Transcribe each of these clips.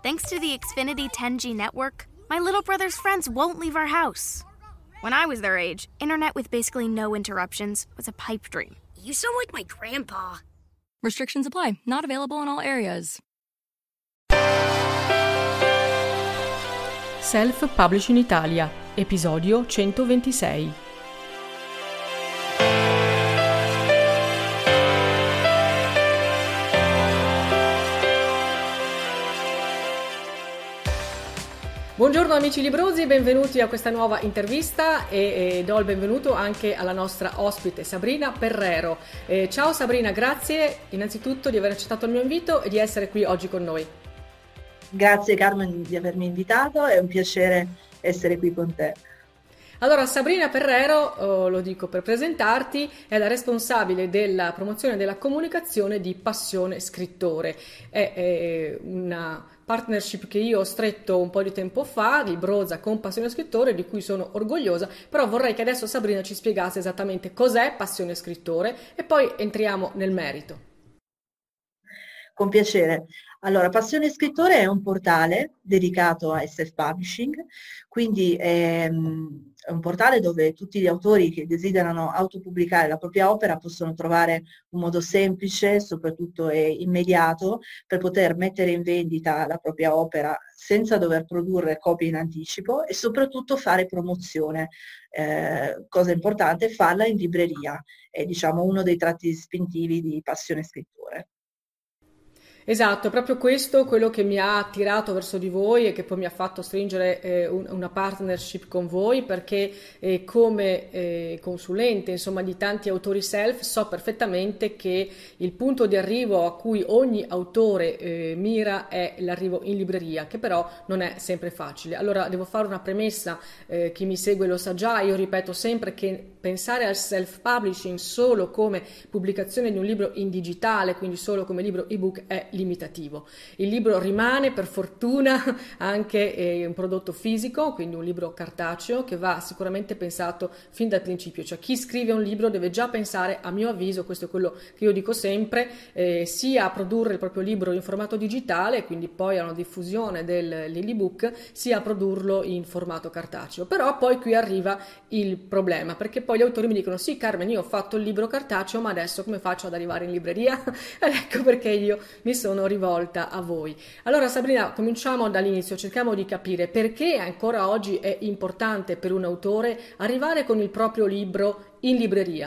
Thanks to the Xfinity 10G network, my little brother's friends won't leave our house. When I was their age, internet with basically no interruptions was a pipe dream. You sound like my grandpa. Restrictions apply. Not available in all areas. Self-Publishing Italia, episodio 126. Buongiorno amici librosi, benvenuti a questa nuova intervista e do il benvenuto anche alla nostra ospite Sabrina Perrero. Ciao Sabrina, grazie innanzitutto di aver accettato il mio invito e di essere qui oggi con noi. Grazie Carmen di avermi invitato, è un piacere essere qui con te. Allora, Sabrina Perrero, lo dico per presentarti, è la responsabile della promozione e della comunicazione di Passione Scrittore. È una partnership che io ho stretto un po' di tempo fa, di Broza con Passione Scrittore, di cui sono orgogliosa, però vorrei che adesso Sabrina ci spiegasse esattamente cos'è Passione Scrittore e poi entriamo nel merito. Con piacere. Allora, Passione Scrittore è un portale dedicato a self-publishing, quindi è un portale dove tutti gli autori che desiderano autopubblicare la propria opera possono trovare un modo semplice, soprattutto e immediato, per poter mettere in vendita la propria opera senza dover produrre copie in anticipo e soprattutto fare promozione. Cosa importante, farla in libreria, è diciamo uno dei tratti distintivi di Passione Scrittore. Esatto, è proprio questo quello che mi ha attirato verso di voi e che poi mi ha fatto stringere una partnership con voi, perché come consulente insomma di tanti autori self so perfettamente che il punto di arrivo a cui ogni autore mira è l'arrivo in libreria, che però non è sempre facile. Allora devo fare una premessa, chi mi segue lo sa già, io ripeto sempre che pensare al self-publishing solo come pubblicazione di un libro in digitale, quindi solo come libro ebook, è limitativo. Il libro rimane per fortuna anche un prodotto fisico, quindi un libro cartaceo che va sicuramente pensato fin dal principio, cioè chi scrive un libro deve già pensare, a mio avviso, questo è quello che io dico sempre, sia a produrre il proprio libro in formato digitale, quindi poi a una diffusione dell'ebook, sia a produrlo in formato cartaceo. Però poi qui arriva il problema, perché poi gli autori mi dicono: sì Carmen, io ho fatto il libro cartaceo, ma adesso come faccio ad arrivare in libreria? Ed ecco perché io mi sono rivolta a voi. Allora Sabrina, cominciamo dall'inizio, cerchiamo di capire perché ancora oggi è importante per un autore arrivare con il proprio libro in libreria.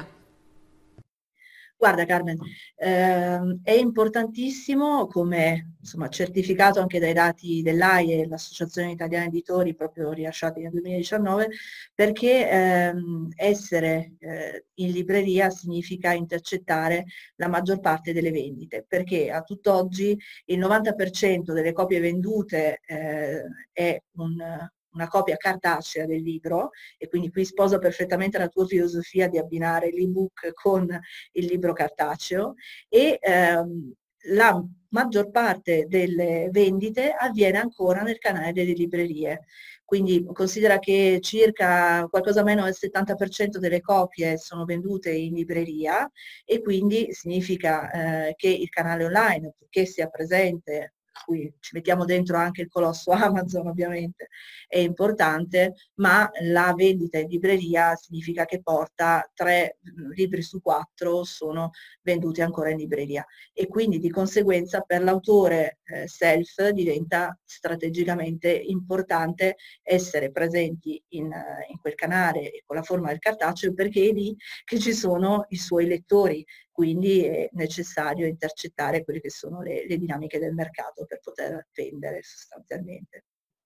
Guarda Carmen, è importantissimo, come insomma, certificato anche dai dati dell'AIE, l'Associazione Italiana Editori, proprio rilasciati nel 2019, perché essere in libreria significa intercettare la maggior parte delle vendite, perché a tutt'oggi il 90% delle copie vendute è una copia cartacea del libro, e quindi qui sposa perfettamente la tua filosofia di abbinare l'ebook con il libro cartaceo, e la maggior parte delle vendite avviene ancora nel canale delle librerie. Quindi considera che circa qualcosa meno del 70% delle copie sono vendute in libreria, e quindi significa che il canale online, che sia presente, cui ci mettiamo dentro anche il colosso Amazon ovviamente, è importante, ma la vendita in libreria significa che porta 3 libri su 4 sono venduti ancora in libreria, e quindi di conseguenza per l'autore self diventa strategicamente importante essere presenti in quel canale e con la forma del cartaceo, perché è lì che ci sono i suoi lettori. Quindi è necessario intercettare quelle che sono le dinamiche del mercato per poter vendere sostanzialmente.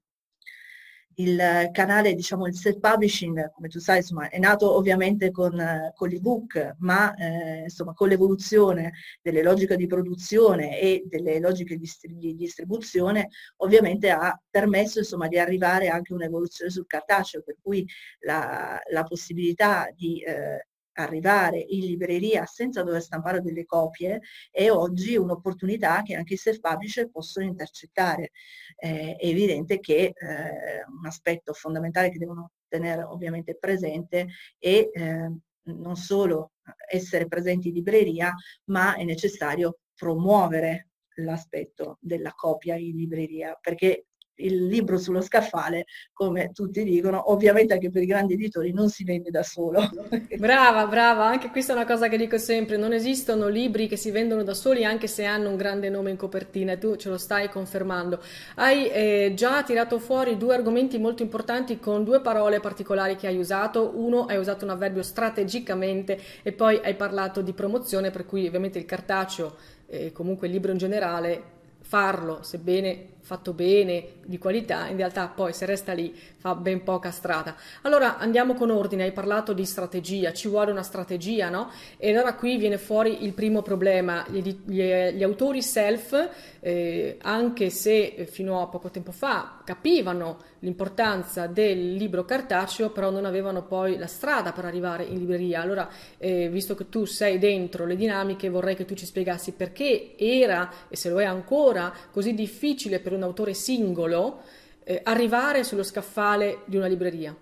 Il canale, diciamo, il self-publishing, come tu sai, insomma, è nato ovviamente con l'ebook, ma insomma, con l'evoluzione delle logiche di produzione e delle logiche di distribuzione, ovviamente ha permesso insomma, di arrivare anche a un'evoluzione sul cartaceo, per cui la possibilità di arrivare in libreria senza dover stampare delle copie è oggi un'opportunità che anche i self-publisher possono intercettare. È evidente che un aspetto fondamentale che devono tenere ovviamente presente è non solo essere presenti in libreria, ma è necessario promuovere l'aspetto della copia in libreria, perché il libro sullo scaffale, come tutti dicono, ovviamente anche per i grandi editori non si vende da solo. Brava, brava, anche questa è una cosa che dico sempre, non esistono libri che si vendono da soli anche se hanno un grande nome in copertina e tu ce lo stai confermando. Hai già tirato fuori due argomenti molto importanti con due parole particolari che hai usato. Uno, hai usato un avverbio strategicamente e poi hai parlato di promozione, per cui ovviamente il cartaceo e comunque il libro in generale, farlo, sebbene fatto bene, di qualità, in realtà poi se resta lì fa ben poca strada. Allora andiamo con ordine, hai parlato di strategia, ci vuole una strategia, no? E allora qui viene fuori il primo problema, gli autori self, anche se fino a poco tempo fa capivano l'importanza del libro cartaceo, però non avevano poi la strada per arrivare in libreria. Allora, visto che tu sei dentro le dinamiche, vorrei che tu ci spiegassi perché era, e se lo è ancora, così difficile per un autore singolo arrivare sullo scaffale di una libreria.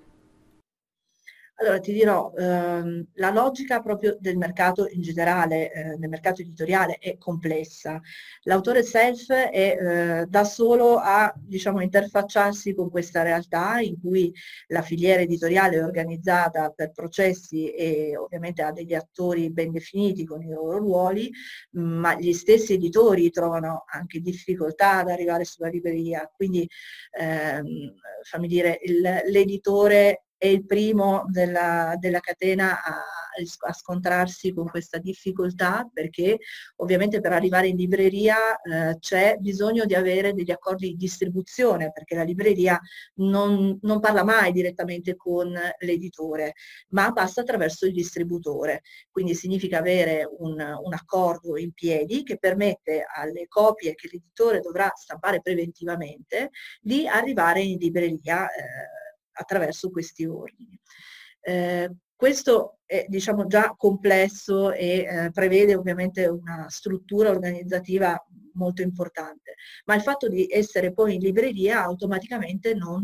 Allora ti dirò, la logica proprio del mercato in generale, del mercato editoriale è complessa. L'autore self è da solo a, diciamo, interfacciarsi con questa realtà in cui la filiera editoriale è organizzata per processi e ovviamente ha degli attori ben definiti con i loro ruoli, ma gli stessi editori trovano anche difficoltà ad arrivare sulla libreria. Quindi, fammi dire, l'editore è il primo della catena a scontrarsi con questa difficoltà, perché ovviamente per arrivare in libreria c'è bisogno di avere degli accordi di distribuzione, perché la libreria non parla mai direttamente con l'editore, ma passa attraverso il distributore. Quindi significa avere un accordo in piedi che permette alle copie che l'editore dovrà stampare preventivamente di arrivare in libreria attraverso questi ordini. Questo è, diciamo, già complesso e prevede ovviamente una struttura organizzativa molto importante, ma il fatto di essere poi in libreria automaticamente non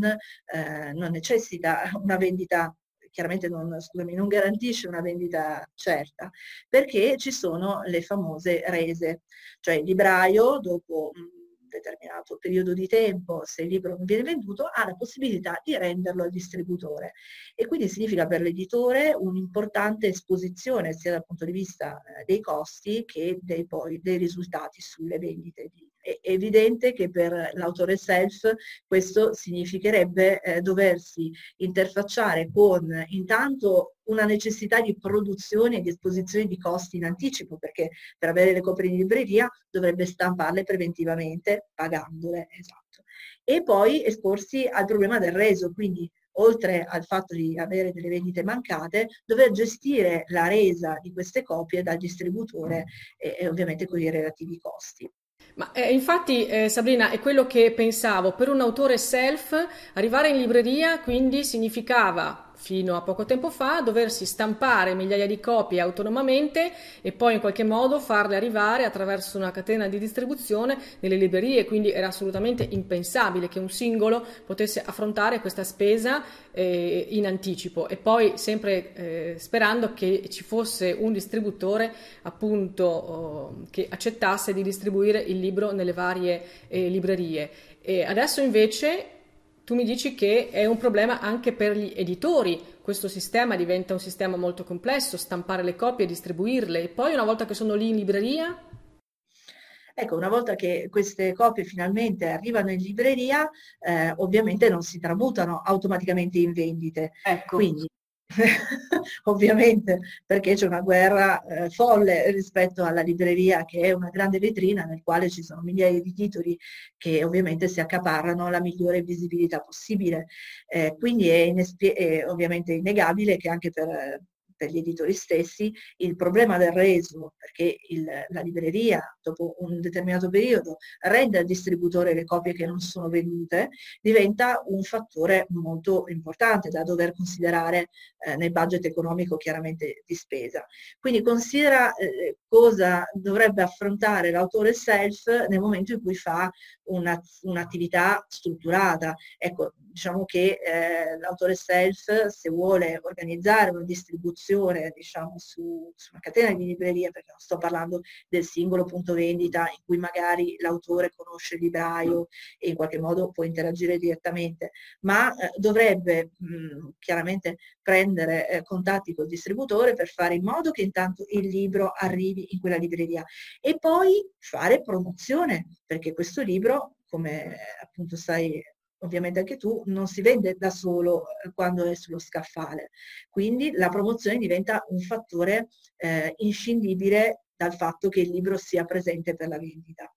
necessita una vendita, chiaramente non garantisce una vendita certa, perché ci sono le famose rese, cioè il libraio dopo determinato periodo di tempo, se il libro non viene venduto, ha la possibilità di renderlo al distributore, e quindi significa per l'editore un'importante esposizione sia dal punto di vista dei costi che dei risultati sulle vendite. È evidente che per l'autore self questo significherebbe doversi interfacciare con intanto una necessità di produzione e di esposizione di costi in anticipo, perché per avere le copie in libreria dovrebbe stamparle preventivamente pagandole, esatto. E poi esporsi al problema del reso, quindi oltre al fatto di avere delle vendite mancate, dover gestire la resa di queste copie dal distributore e ovviamente con i relativi costi. Ma infatti, Sabrina, è quello che pensavo, per un autore self arrivare in libreria quindi significava fino a poco tempo fa doversi stampare migliaia di copie autonomamente e poi in qualche modo farle arrivare attraverso una catena di distribuzione nelle librerie, quindi era assolutamente impensabile che un singolo potesse affrontare questa spesa in anticipo, e poi sempre sperando che ci fosse un distributore appunto che accettasse di distribuire il libro nelle varie librerie. E adesso invece tu mi dici che è un problema anche per gli editori, questo sistema diventa un sistema molto complesso, stampare le copie, distribuirle, e poi una volta che sono lì in libreria? Ecco, una volta che queste copie finalmente arrivano in libreria, ovviamente non si tramutano automaticamente in vendite. Ecco. Quindi, ovviamente, perché c'è una guerra folle rispetto alla libreria, che è una grande vetrina nel quale ci sono migliaia di titoli che ovviamente si accaparrano la migliore visibilità possibile. Quindi è ovviamente innegabile che anche per gli editori stessi il problema del reso, perché la libreria dopo un determinato periodo rende al distributore le copie che non sono vendute, diventa un fattore molto importante da dover considerare nel budget economico chiaramente di spesa. Quindi considera cosa dovrebbe affrontare l'autore self nel momento in cui fa un'attività strutturata. Ecco, diciamo che l'autore self, se vuole organizzare una distribuzione promozione, diciamo, su una catena di librerie, perché non sto parlando del singolo punto vendita in cui magari l'autore conosce il libraio e in qualche modo può interagire direttamente, ma dovrebbe chiaramente prendere contatti col distributore per fare in modo che intanto il libro arrivi in quella libreria e poi fare promozione, perché questo libro, come appunto sai ovviamente anche tu, non si vende da solo quando è sullo scaffale. Quindi la promozione diventa un fattore inscindibile dal fatto che il libro sia presente per la vendita.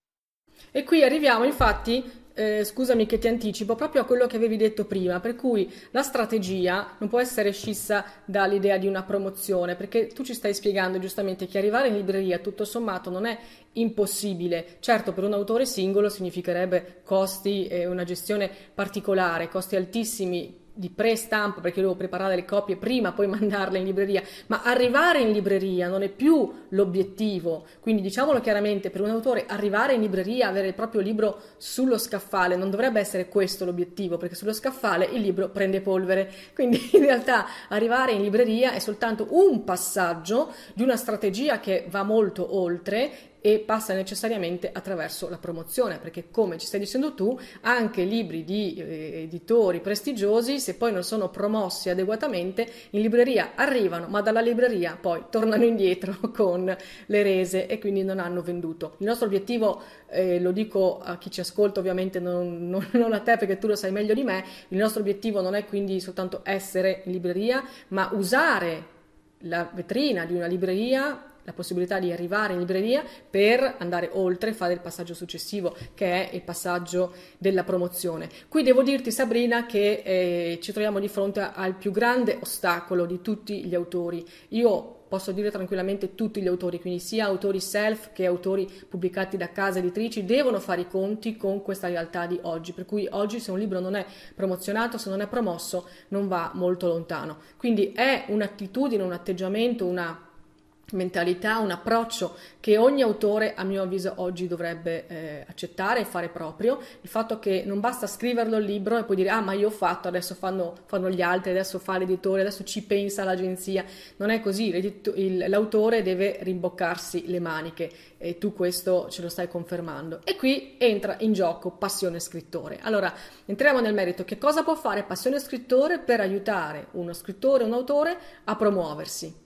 E qui arriviamo infatti, scusami che ti anticipo, proprio a quello che avevi detto prima, per cui la strategia non può essere scissa dall'idea di una promozione, perché tu ci stai spiegando giustamente che arrivare in libreria tutto sommato non è impossibile. Certo, per un autore singolo significherebbe costi e una gestione particolare, costi altissimi di pre-stampa, perché devo preparare le copie prima, poi mandarle in libreria, ma arrivare in libreria non è più l'obiettivo. Quindi diciamolo chiaramente, per un autore arrivare in libreria, avere il proprio libro sullo scaffale non dovrebbe essere questo l'obiettivo, perché sullo scaffale il libro prende polvere. Quindi in realtà arrivare in libreria è soltanto un passaggio di una strategia che va molto oltre e passa necessariamente attraverso la promozione, perché come ci stai dicendo tu, anche libri di editori prestigiosi, se poi non sono promossi adeguatamente, in libreria arrivano, ma dalla libreria poi tornano indietro con le rese e quindi non hanno venduto. Il nostro obiettivo, lo dico a chi ci ascolta, ovviamente non a te perché tu lo sai meglio di me, il nostro obiettivo non è quindi soltanto essere in libreria, ma usare la vetrina di una libreria, la possibilità di arrivare in libreria per andare oltre, fare il passaggio successivo che è il passaggio della promozione. Qui devo dirti, Sabrina, che ci troviamo di fronte al più grande ostacolo di tutti gli autori. Io posso dire tranquillamente tutti gli autori, quindi sia autori self che autori pubblicati da case editrici, devono fare i conti con questa realtà di oggi, per cui oggi se un libro non è promozionato, se non è promosso, non va molto lontano. Quindi è un'attitudine, un atteggiamento, una mentalità, un approccio che ogni autore a mio avviso oggi dovrebbe accettare e fare proprio, il fatto che non basta scriverlo il libro e poi dire ah ma io ho fatto, adesso fanno gli altri, adesso fa l'editore, adesso ci pensa l'agenzia. Non è così, l'autore deve rimboccarsi le maniche e tu questo ce lo stai confermando. E qui entra in gioco Passione Scrittore. Allora entriamo nel merito: che cosa può fare Passione Scrittore per aiutare uno scrittore, un autore a promuoversi?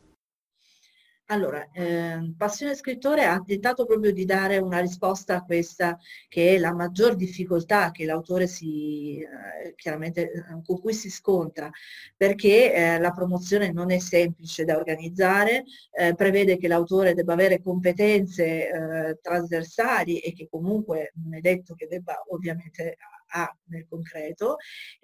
Allora, Passione Scrittore ha tentato proprio di dare una risposta a questa che è la maggior difficoltà che l'autore chiaramente con cui si scontra, perché la promozione non è semplice da organizzare, prevede che l'autore debba avere competenze trasversali e che comunque non è detto che debba ovviamente ha nel concreto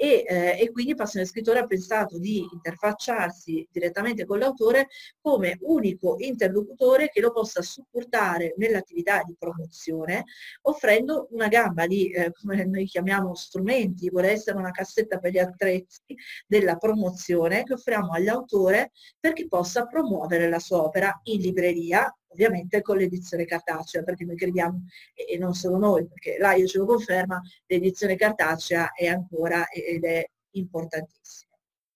e quindi Passione Scrittore ha pensato di interfacciarsi direttamente con l'autore come unico interlocutore che lo possa supportare nell'attività di promozione, offrendo una gamma di, come noi chiamiamo, strumenti, vuole essere una cassetta per gli attrezzi della promozione che offriamo all'autore perché possa promuovere la sua opera in libreria, ovviamente con l'edizione cartacea, perché noi crediamo, e non solo noi, perché l'AIE ce lo conferma, l'edizione cartacea è ancora ed è importantissima.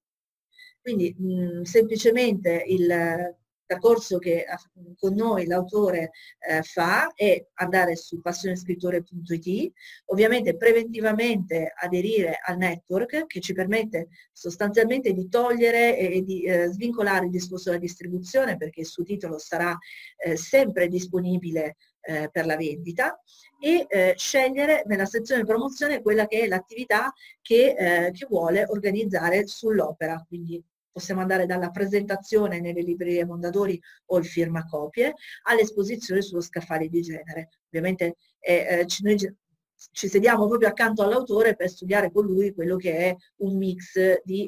Quindi semplicemente il percorso che con noi l'autore fa è andare su passionescrittore.it, ovviamente preventivamente aderire al network che ci permette sostanzialmente di togliere e di svincolare il discorso della distribuzione, perché il suo titolo sarà sempre disponibile per la vendita e scegliere nella sezione promozione quella che è l'attività che vuole organizzare sull'opera. Quindi possiamo andare dalla presentazione nelle librerie Mondadori o il firmacopie all'esposizione sullo scaffale di genere. Ovviamente noi ci sediamo proprio accanto all'autore per studiare con lui quello che è un mix di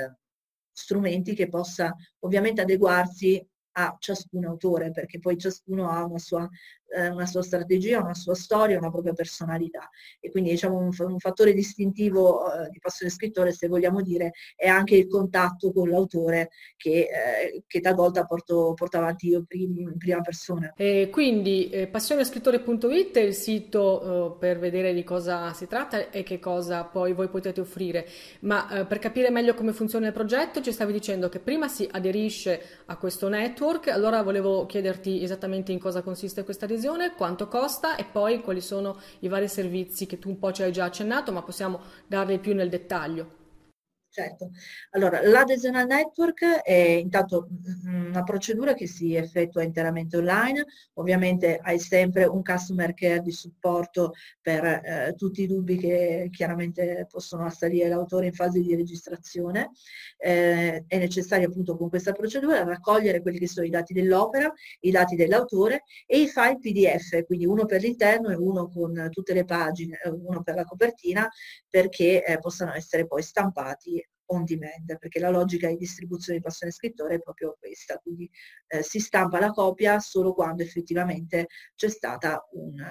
strumenti che possa ovviamente adeguarsi a ciascun autore, perché poi ciascuno ha una sua una sua strategia, una sua storia, una propria personalità. E quindi diciamo un fattore distintivo di Passione Scrittore, se vogliamo dire, è anche il contatto con l'autore che talvolta porto avanti io in prima persona. Quindi passionescrittore.it è il sito per vedere di cosa si tratta e che cosa poi voi potete offrire, ma per capire meglio come funziona il progetto ci stavi dicendo che prima si aderisce a questo network, allora volevo chiederti esattamente in cosa consiste questa adesione, quanto costa e poi quali sono i vari servizi che tu un po' ci hai già accennato, ma possiamo darli più nel dettaglio. Certo, allora l'adesione al network è intanto una procedura che si effettua interamente online, ovviamente hai sempre un customer care di supporto per tutti i dubbi che chiaramente possono assalire l'autore in fase di registrazione. È necessario appunto con questa procedura raccogliere quelli che sono i dati dell'opera, i dati dell'autore e i file PDF, quindi uno per l'interno e uno con tutte le pagine, uno per la copertina, perché possano essere poi stampati on demand, perché la logica di distribuzione di Passione Scrittore è proprio questa, quindi si stampa la copia solo quando effettivamente c'è stato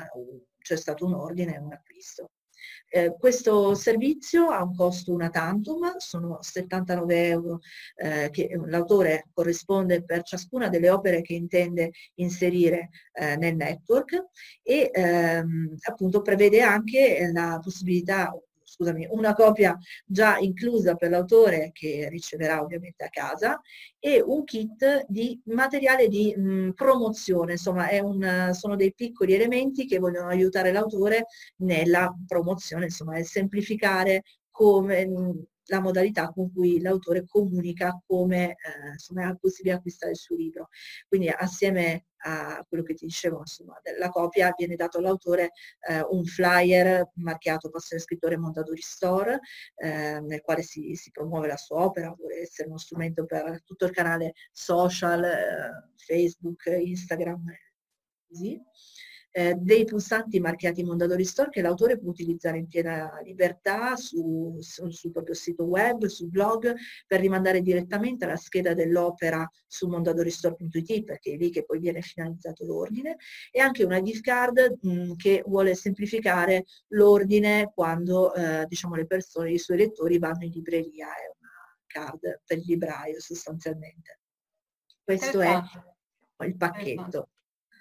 un ordine, un acquisto. Questo servizio ha un costo una tantum, sono 79 euro che l'autore corrisponde per ciascuna delle opere che intende inserire nel network e appunto prevede anche la possibilità, una copia già inclusa per l'autore che riceverà ovviamente a casa e un kit di materiale di promozione, insomma sono dei piccoli elementi che vogliono aiutare l'autore nella promozione, insomma è semplificare come la modalità con cui l'autore comunica come insomma, è possibile acquistare il suo libro. Quindi assieme a quello che ti dicevo, insomma, della copia viene dato all'autore un flyer marchiato Passione Scrittore Mondadori Store, nel quale si promuove la sua opera, vuole essere uno strumento per tutto il canale social, Facebook, Instagram, così. Dei pulsanti marchiati Mondadori Store che l'autore può utilizzare in piena libertà sul proprio sito web, sul blog, per rimandare direttamente alla scheda dell'opera su mondadoristore.it, perché è lì che poi viene finalizzato l'ordine, e anche una gift card che vuole semplificare l'ordine quando diciamo le persone, i suoi lettori vanno in libreria, è una card per il libraio sostanzialmente. Questo è il pacchetto.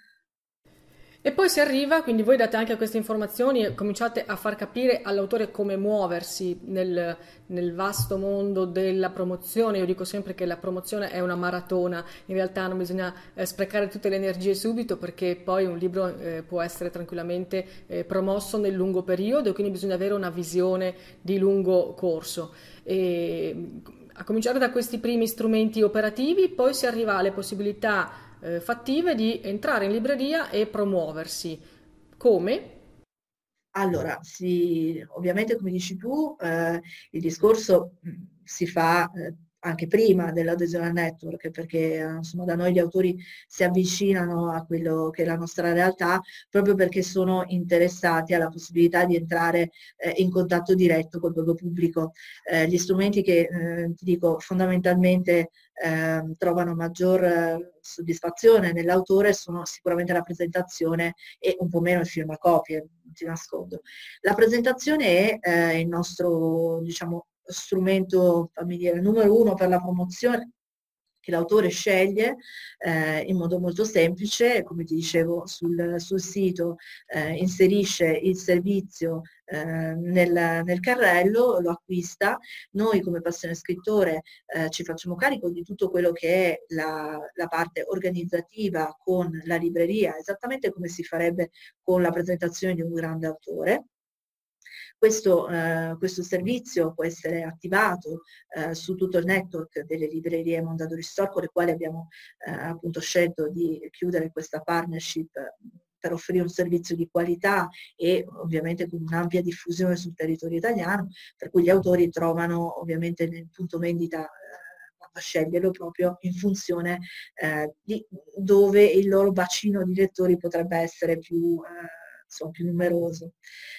E poi si arriva, quindi voi date anche queste informazioni e cominciate a far capire all'autore come muoversi nel vasto mondo della promozione. Io dico sempre che la promozione è una maratona, in realtà non bisogna sprecare tutte le energie subito, perché poi un libro può essere tranquillamente promosso nel lungo periodo e quindi bisogna avere una visione di lungo corso. A cominciare da questi primi strumenti operativi, poi si arriva alle possibilità fattive di entrare in libreria e promuoversi. Come? Allora, ovviamente come dici tu, il discorso si fa anche prima dell'adesione al network, perché insomma da noi gli autori si avvicinano a quello che è la nostra realtà proprio perché sono interessati alla possibilità di entrare in contatto diretto col proprio pubblico. Gli strumenti che ti dico fondamentalmente trovano maggior soddisfazione nell'autore sono sicuramente la presentazione e un po' meno il firmacopie, non ti nascondo. La presentazione è il nostro, diciamo, strumento, fammi dire, numero uno per la promozione che l'autore sceglie in modo molto semplice, come ti dicevo sul sito inserisce il servizio nel carrello, lo acquista, noi come Passione Scrittore ci facciamo carico di tutto quello che è la parte organizzativa con la libreria, esattamente come si farebbe con la presentazione di un grande autore. Questo servizio può essere attivato su tutto il network delle librerie Mondadori Store, con le quali abbiamo appunto scelto di chiudere questa partnership per offrire un servizio di qualità e ovviamente con un'ampia diffusione sul territorio italiano, per cui gli autori trovano ovviamente nel punto vendita a sceglierlo proprio in funzione di dove il loro bacino di lettori potrebbe essere più numeroso.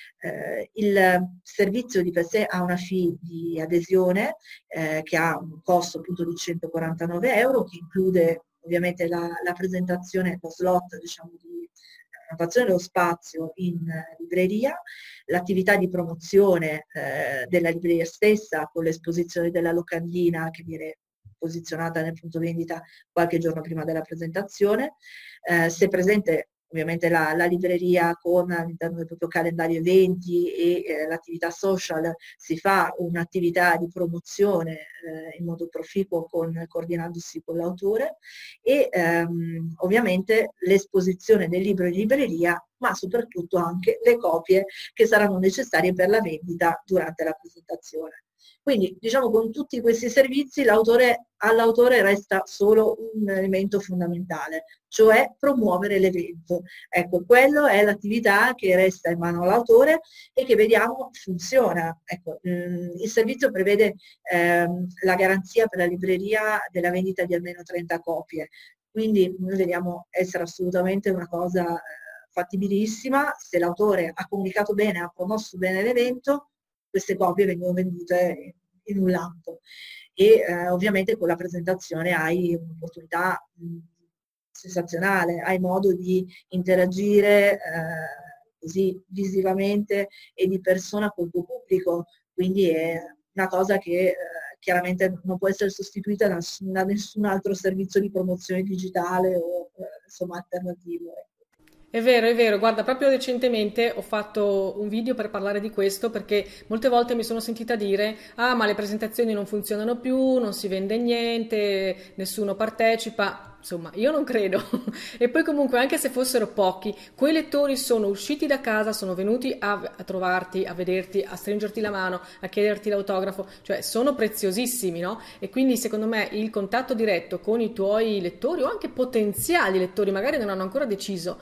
Il servizio di per sé ha una fee di adesione che ha un costo appunto di 149 euro, che include ovviamente la presentazione, lo slot diciamo prenotazione dello spazio in libreria, l'attività di promozione della libreria stessa con l'esposizione della locandina che viene posizionata nel punto vendita qualche giorno prima della presentazione, se presente ovviamente la libreria con all'interno del proprio calendario eventi e l'attività social, si fa un'attività di promozione in modo proficuo coordinandosi con l'autore e ovviamente l'esposizione del libro in libreria, ma soprattutto anche le copie che saranno necessarie per la vendita durante la presentazione. Quindi diciamo con tutti questi servizi all'autore resta solo un elemento fondamentale, cioè promuovere l'evento. Ecco, quello è l'attività che resta in mano all'autore e che vediamo funziona. Ecco, il servizio prevede la garanzia per la libreria della vendita di almeno 30 copie, quindi noi vediamo essere assolutamente una cosa fattibilissima. Se l'autore ha comunicato bene, ha promosso bene l'evento, queste copie vengono vendute in un lampo e ovviamente con la presentazione hai un'opportunità sensazionale, hai modo di interagire così visivamente e di persona col tuo pubblico, quindi è una cosa che chiaramente non può essere sostituita da nessun altro servizio di promozione digitale o insomma alternativo. È vero, guarda, proprio recentemente ho fatto un video per parlare di questo perché molte volte mi sono sentita dire ah ma le presentazioni non funzionano più, non si vende niente, nessuno partecipa. Insomma, io non credo. E poi comunque, anche se fossero pochi, quei lettori sono usciti da casa, sono venuti a trovarti, a vederti, a stringerti la mano, a chiederti l'autografo, cioè sono preziosissimi, no? E quindi secondo me il contatto diretto con i tuoi lettori o anche potenziali lettori, magari non hanno ancora deciso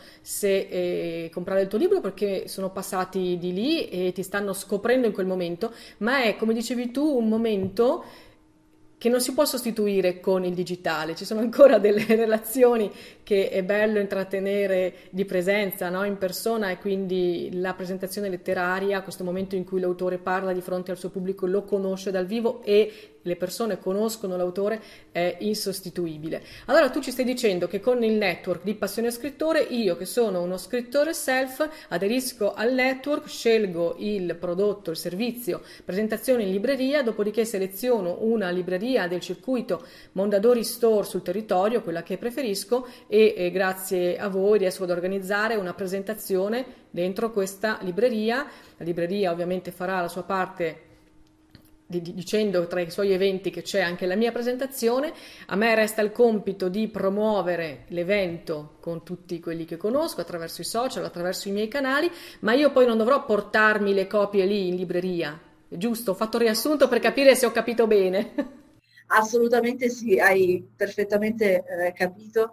se comprare il tuo libro perché sono passati di lì e ti stanno scoprendo in quel momento, ma è, come dicevi tu, un momento che non si può sostituire con il digitale. Ci sono ancora delle relazioni che è bello intrattenere di presenza, no? In persona, e quindi la presentazione letteraria, questo momento in cui l'autore parla di fronte al suo pubblico, lo conosce dal vivo e le persone conoscono l'autore, è insostituibile. Allora tu ci stai dicendo che con il network di Passione Scrittore, io che sono uno scrittore self, aderisco al network, scelgo il prodotto, il servizio, presentazione in libreria, dopodiché seleziono una libreria del circuito Mondadori Store sul territorio, quella che preferisco, e grazie a voi riesco ad organizzare una presentazione dentro questa libreria. La libreria ovviamente farà la sua parte dicendo tra i suoi eventi che c'è anche la mia presentazione. A me resta il compito di promuovere l'evento con tutti quelli che conosco attraverso i social, attraverso i miei canali, ma io poi non dovrò portarmi le copie lì in libreria, giusto? Ho fatto il riassunto per capire se ho capito bene. Assolutamente sì, hai perfettamente capito,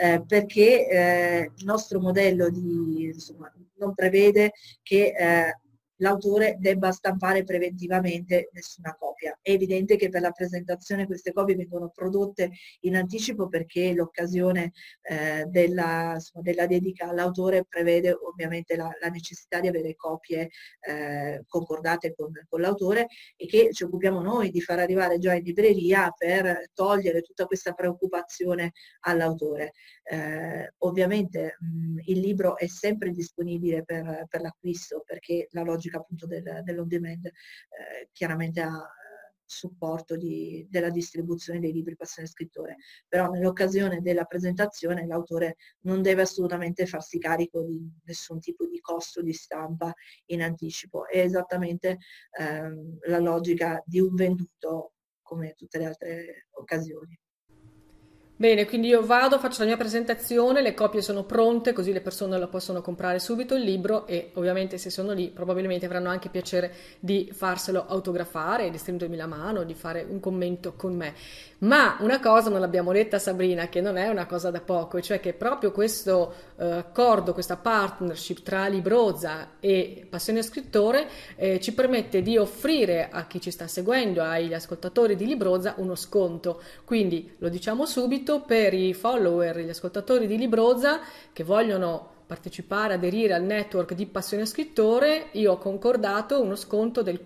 perché il nostro modello non prevede che l'autore debba stampare preventivamente nessuna copia. È evidente che per la presentazione queste copie vengono prodotte in anticipo perché l'occasione della dedica all'autore prevede ovviamente la necessità di avere copie concordate con l'autore e che ci occupiamo noi di far arrivare già in libreria per togliere tutta questa preoccupazione all'autore. Ovviamente il libro è sempre disponibile per l'acquisto perché la logica appunto dell'on demand chiaramente ha supporto della distribuzione dei libri Passione Scrittore, però nell'occasione della presentazione l'autore non deve assolutamente farsi carico di nessun tipo di costo di stampa in anticipo. È esattamente la logica di un venduto come tutte le altre occasioni. Bene, quindi io vado, faccio la mia presentazione, le copie sono pronte, così le persone lo possono comprare subito il libro e ovviamente se sono lì probabilmente avranno anche piacere di farselo autografare, di stringermi la mano, di fare un commento con me. Ma una cosa non l'abbiamo detta, Sabrina, che non è una cosa da poco, e cioè che proprio questo accordo, questa partnership tra Librozza e Passione Scrittore ci permette di offrire a chi ci sta seguendo, agli ascoltatori di Librozza, uno sconto. Quindi lo diciamo subito, per i follower, gli ascoltatori di Librozza che vogliono partecipare, aderire al network di Passione Scrittore, io ho concordato uno sconto del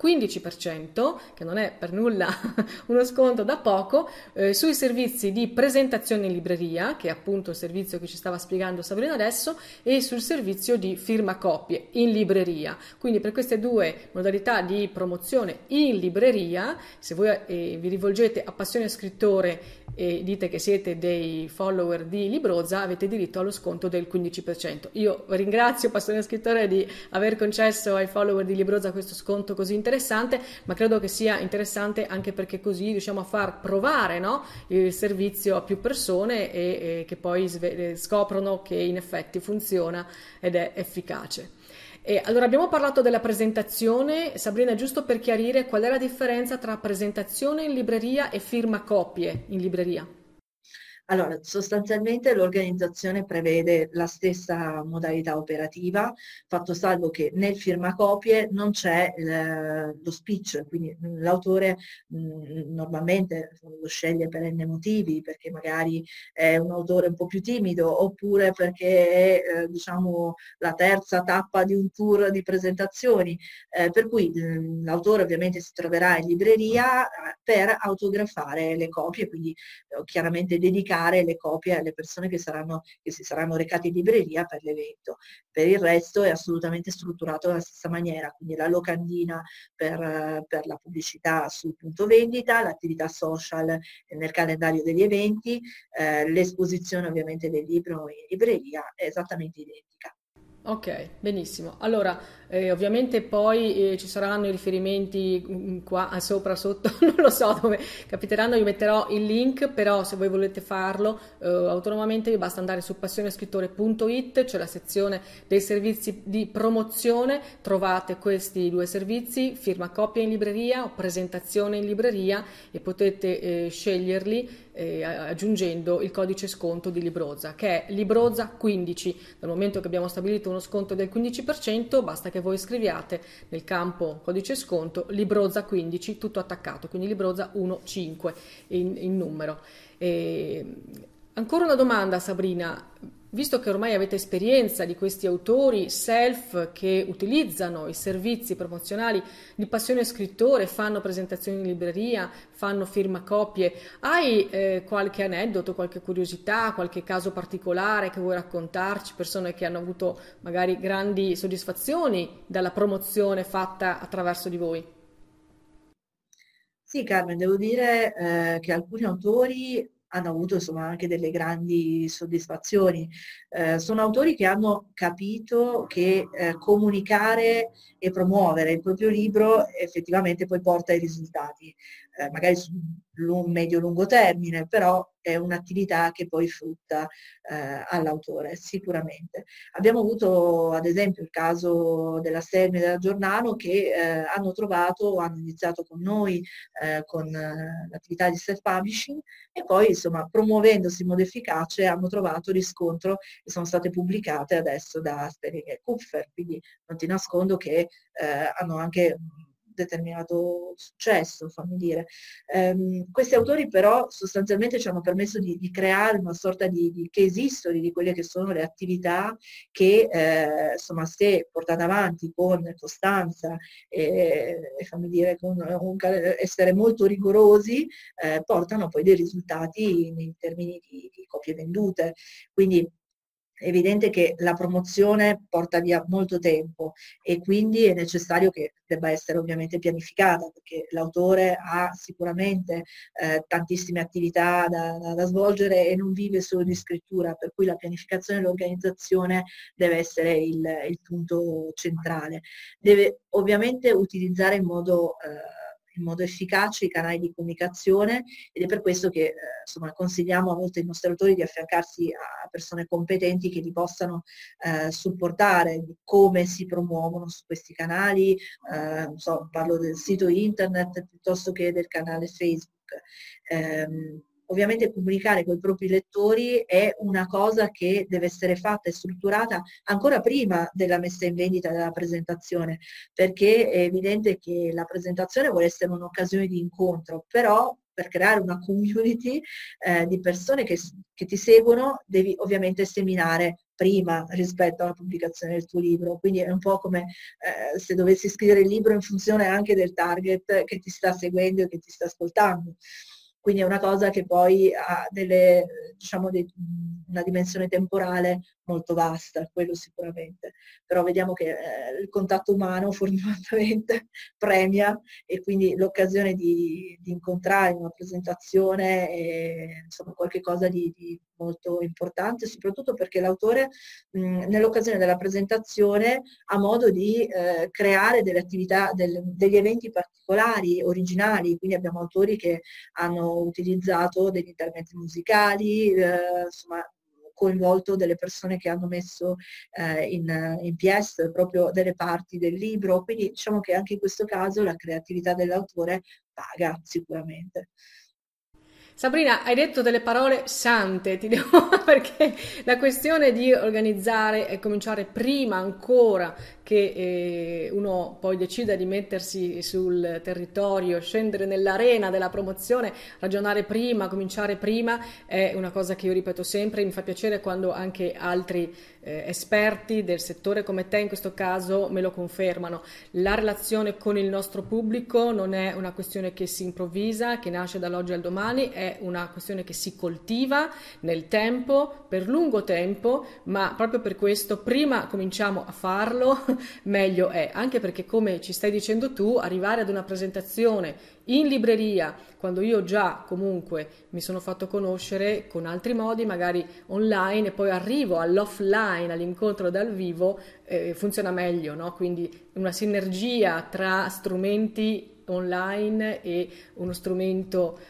15%, che non è per nulla uno sconto da poco, sui servizi di presentazione in libreria, che è appunto il servizio che ci stava spiegando Sabrina adesso, e sul servizio di firma copie in libreria. Quindi per queste due modalità di promozione in libreria, se voi vi rivolgete a Passione Scrittore e dite che siete dei follower di Librozza, avete diritto allo sconto del 15%. Io ringrazio Passione Scrittore di aver concesso ai follower di Librozza questo sconto così interessante, ma credo che sia interessante anche perché così riusciamo a far provare, no, il servizio a più persone e che poi scoprono che in effetti funziona ed è efficace. E allora abbiamo parlato della presentazione. Sabrina, giusto per chiarire, qual è la differenza tra presentazione in libreria e firma copie in libreria? Allora, sostanzialmente l'organizzazione prevede la stessa modalità operativa, fatto salvo che nel firmacopie non c'è lo speech, quindi l'autore normalmente lo sceglie per n motivi, perché magari è un autore un po' più timido, oppure perché è diciamo la terza tappa di un tour di presentazioni, per cui l'autore ovviamente si troverà in libreria per autografare le copie, quindi chiaramente dedicare le copie alle persone che si saranno recate in libreria per l'evento. Per il resto è assolutamente strutturato alla stessa maniera, quindi la locandina per la pubblicità sul punto vendita, l'attività social nel calendario degli eventi, l'esposizione ovviamente del libro in libreria è esattamente identica. Ok, benissimo. Allora, ovviamente poi ci saranno i riferimenti qua sopra, sotto, non lo so dove capiteranno, io metterò il link, però se voi volete farlo autonomamente vi basta andare su passionescrittore.it, c'è la sezione dei servizi di promozione, trovate questi due servizi, firma copia in libreria o presentazione in libreria, e potete sceglierli aggiungendo il codice sconto di Librozza, che è Librozza 15. Dal momento che abbiamo stabilito uno sconto del 15%, basta che voi scriviate nel campo codice sconto Librozza 15, tutto attaccato, quindi Librozza 15 in numero. Ancora una domanda, Sabrina. Visto che ormai avete esperienza di questi autori self che utilizzano i servizi promozionali di Passione Scrittore, fanno presentazioni in libreria, fanno firmacopie, hai qualche aneddoto, qualche curiosità, qualche caso particolare che vuoi raccontarci, persone che hanno avuto magari grandi soddisfazioni dalla promozione fatta attraverso di voi? Sì, Carmen, devo dire che alcuni autori hanno avuto insomma anche delle grandi soddisfazioni. Sono autori che hanno capito che comunicare e promuovere il proprio libro effettivamente poi porta ai risultati, magari su medio-lungo termine, però è un'attività che poi frutta all'autore, sicuramente. Abbiamo avuto ad esempio il caso della Stelmi e della Giordano che hanno iniziato con noi con l'attività di self-publishing e poi insomma promuovendosi in modo efficace hanno trovato riscontro e sono state pubblicate adesso da Sperling e Kupfer, quindi non ti nascondo che hanno anche determinato successo, fammi dire. Questi autori però sostanzialmente ci hanno permesso di creare una sorta di case history di quelle che sono le attività che insomma se portate avanti con costanza e fammi dire con essere molto rigorosi portano poi dei risultati in termini di copie vendute. Quindi è evidente che la promozione porta via molto tempo e quindi è necessario che debba essere ovviamente pianificata, perché l'autore ha sicuramente tantissime attività da svolgere e non vive solo di scrittura, per cui la pianificazione e l'organizzazione deve essere il punto centrale. Deve ovviamente utilizzare in modo efficace i canali di comunicazione ed è per questo che insomma, consigliamo a volte ai nostri autori di affiancarsi a persone competenti che li possano supportare di come si promuovono su questi canali, parlo del sito internet piuttosto che del canale Facebook. Ovviamente comunicare con i propri lettori è una cosa che deve essere fatta e strutturata ancora prima della messa in vendita della presentazione, perché è evidente che la presentazione vuole essere un'occasione di incontro, però per creare una community di persone che ti seguono devi ovviamente seminare prima rispetto alla pubblicazione del tuo libro, quindi è un po' come se dovessi scrivere il libro in funzione anche del target che ti sta seguendo e che ti sta ascoltando. Quindi è una cosa che poi ha una dimensione temporale molto vasta, quello sicuramente. Però vediamo che il contatto umano fortunatamente premia, e quindi l'occasione di incontrare una presentazione è insomma qualcosa di molto importante, soprattutto perché l'autore nell'occasione della presentazione ha modo di creare delle attività, degli eventi particolari, originali. Quindi abbiamo autori che hanno utilizzato degli interventi musicali, insomma coinvolto delle persone che hanno messo in pièce proprio delle parti del libro, quindi diciamo che anche in questo caso la creatività dell'autore paga sicuramente. Sabrina, hai detto delle parole sante, ti devo perché la questione di organizzare e cominciare prima ancora che uno poi decida di mettersi sul territorio, scendere nell'arena della promozione, ragionare prima, cominciare prima, è una cosa che io ripeto sempre. Mi fa piacere quando anche altri esperti del settore come te in questo caso me lo confermano. La relazione con il nostro pubblico non è una questione che si improvvisa, che nasce dall'oggi al domani, è una questione che si coltiva nel tempo, per lungo tempo, ma proprio per questo prima cominciamo a farlo, meglio è, anche perché come ci stai dicendo tu, arrivare ad una presentazione in libreria, quando io già comunque mi sono fatto conoscere con altri modi, magari online, e poi arrivo all'offline, all'incontro dal vivo, funziona meglio, no? Quindi una sinergia tra strumenti online e uno strumento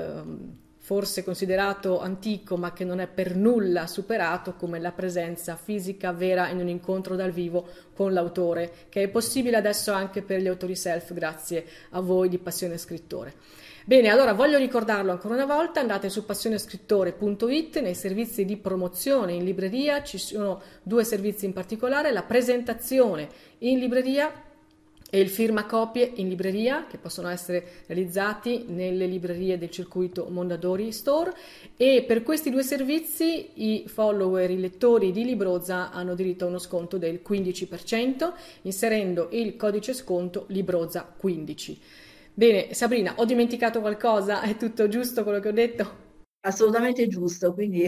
forse considerato antico ma che non è per nulla superato, come la presenza fisica vera in un incontro dal vivo con l'autore, che è possibile adesso anche per gli autori self grazie a voi di Passione Scrittore. Bene, allora voglio ricordarlo ancora una volta: andate su passionescrittore.it, nei servizi di promozione in libreria ci sono due servizi in particolare: la presentazione in libreria e il firmacopie in libreria, che possono essere realizzati nelle librerie del circuito Mondadori Store, e per questi due servizi i follower, i lettori di Librozza hanno diritto a uno sconto del 15%, inserendo il codice sconto Librozza15. Bene, Sabrina, ho dimenticato qualcosa? È tutto giusto quello che ho detto? Assolutamente giusto, quindi...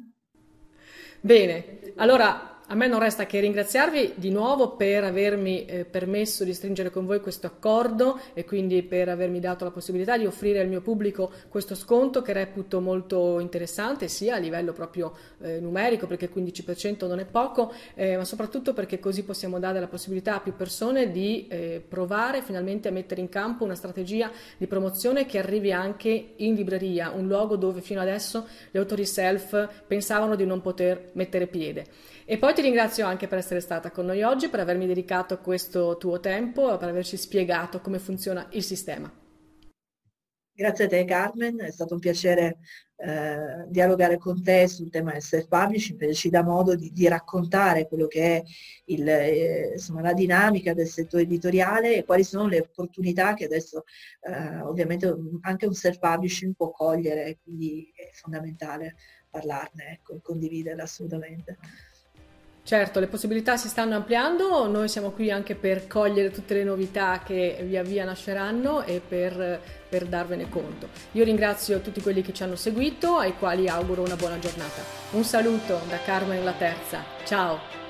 Bene, allora a me non resta che ringraziarvi di nuovo per avermi permesso di stringere con voi questo accordo e quindi per avermi dato la possibilità di offrire al mio pubblico questo sconto, che reputo molto interessante, sia a livello proprio numerico, perché il 15% non è poco, ma soprattutto perché così possiamo dare la possibilità a più persone di provare finalmente a mettere in campo una strategia di promozione che arrivi anche in libreria, un luogo dove fino adesso gli autori self pensavano di non poter mettere piede. E poi ti ringrazio anche per essere stata con noi oggi, per avermi dedicato questo tuo tempo, per averci spiegato come funziona il sistema. Grazie a te Carmen, è stato un piacere dialogare con te sul tema del self-publishing, perché ci dà modo di raccontare quello che è insomma, la dinamica del settore editoriale e quali sono le opportunità che adesso ovviamente anche un self-publishing può cogliere, quindi è fondamentale parlarne, ecco, e condividerla assolutamente. Certo, le possibilità si stanno ampliando, noi siamo qui anche per cogliere tutte le novità che via via nasceranno e per darvene conto. Io ringrazio tutti quelli che ci hanno seguito, ai quali auguro una buona giornata. Un saluto da Carmen la Terza, ciao!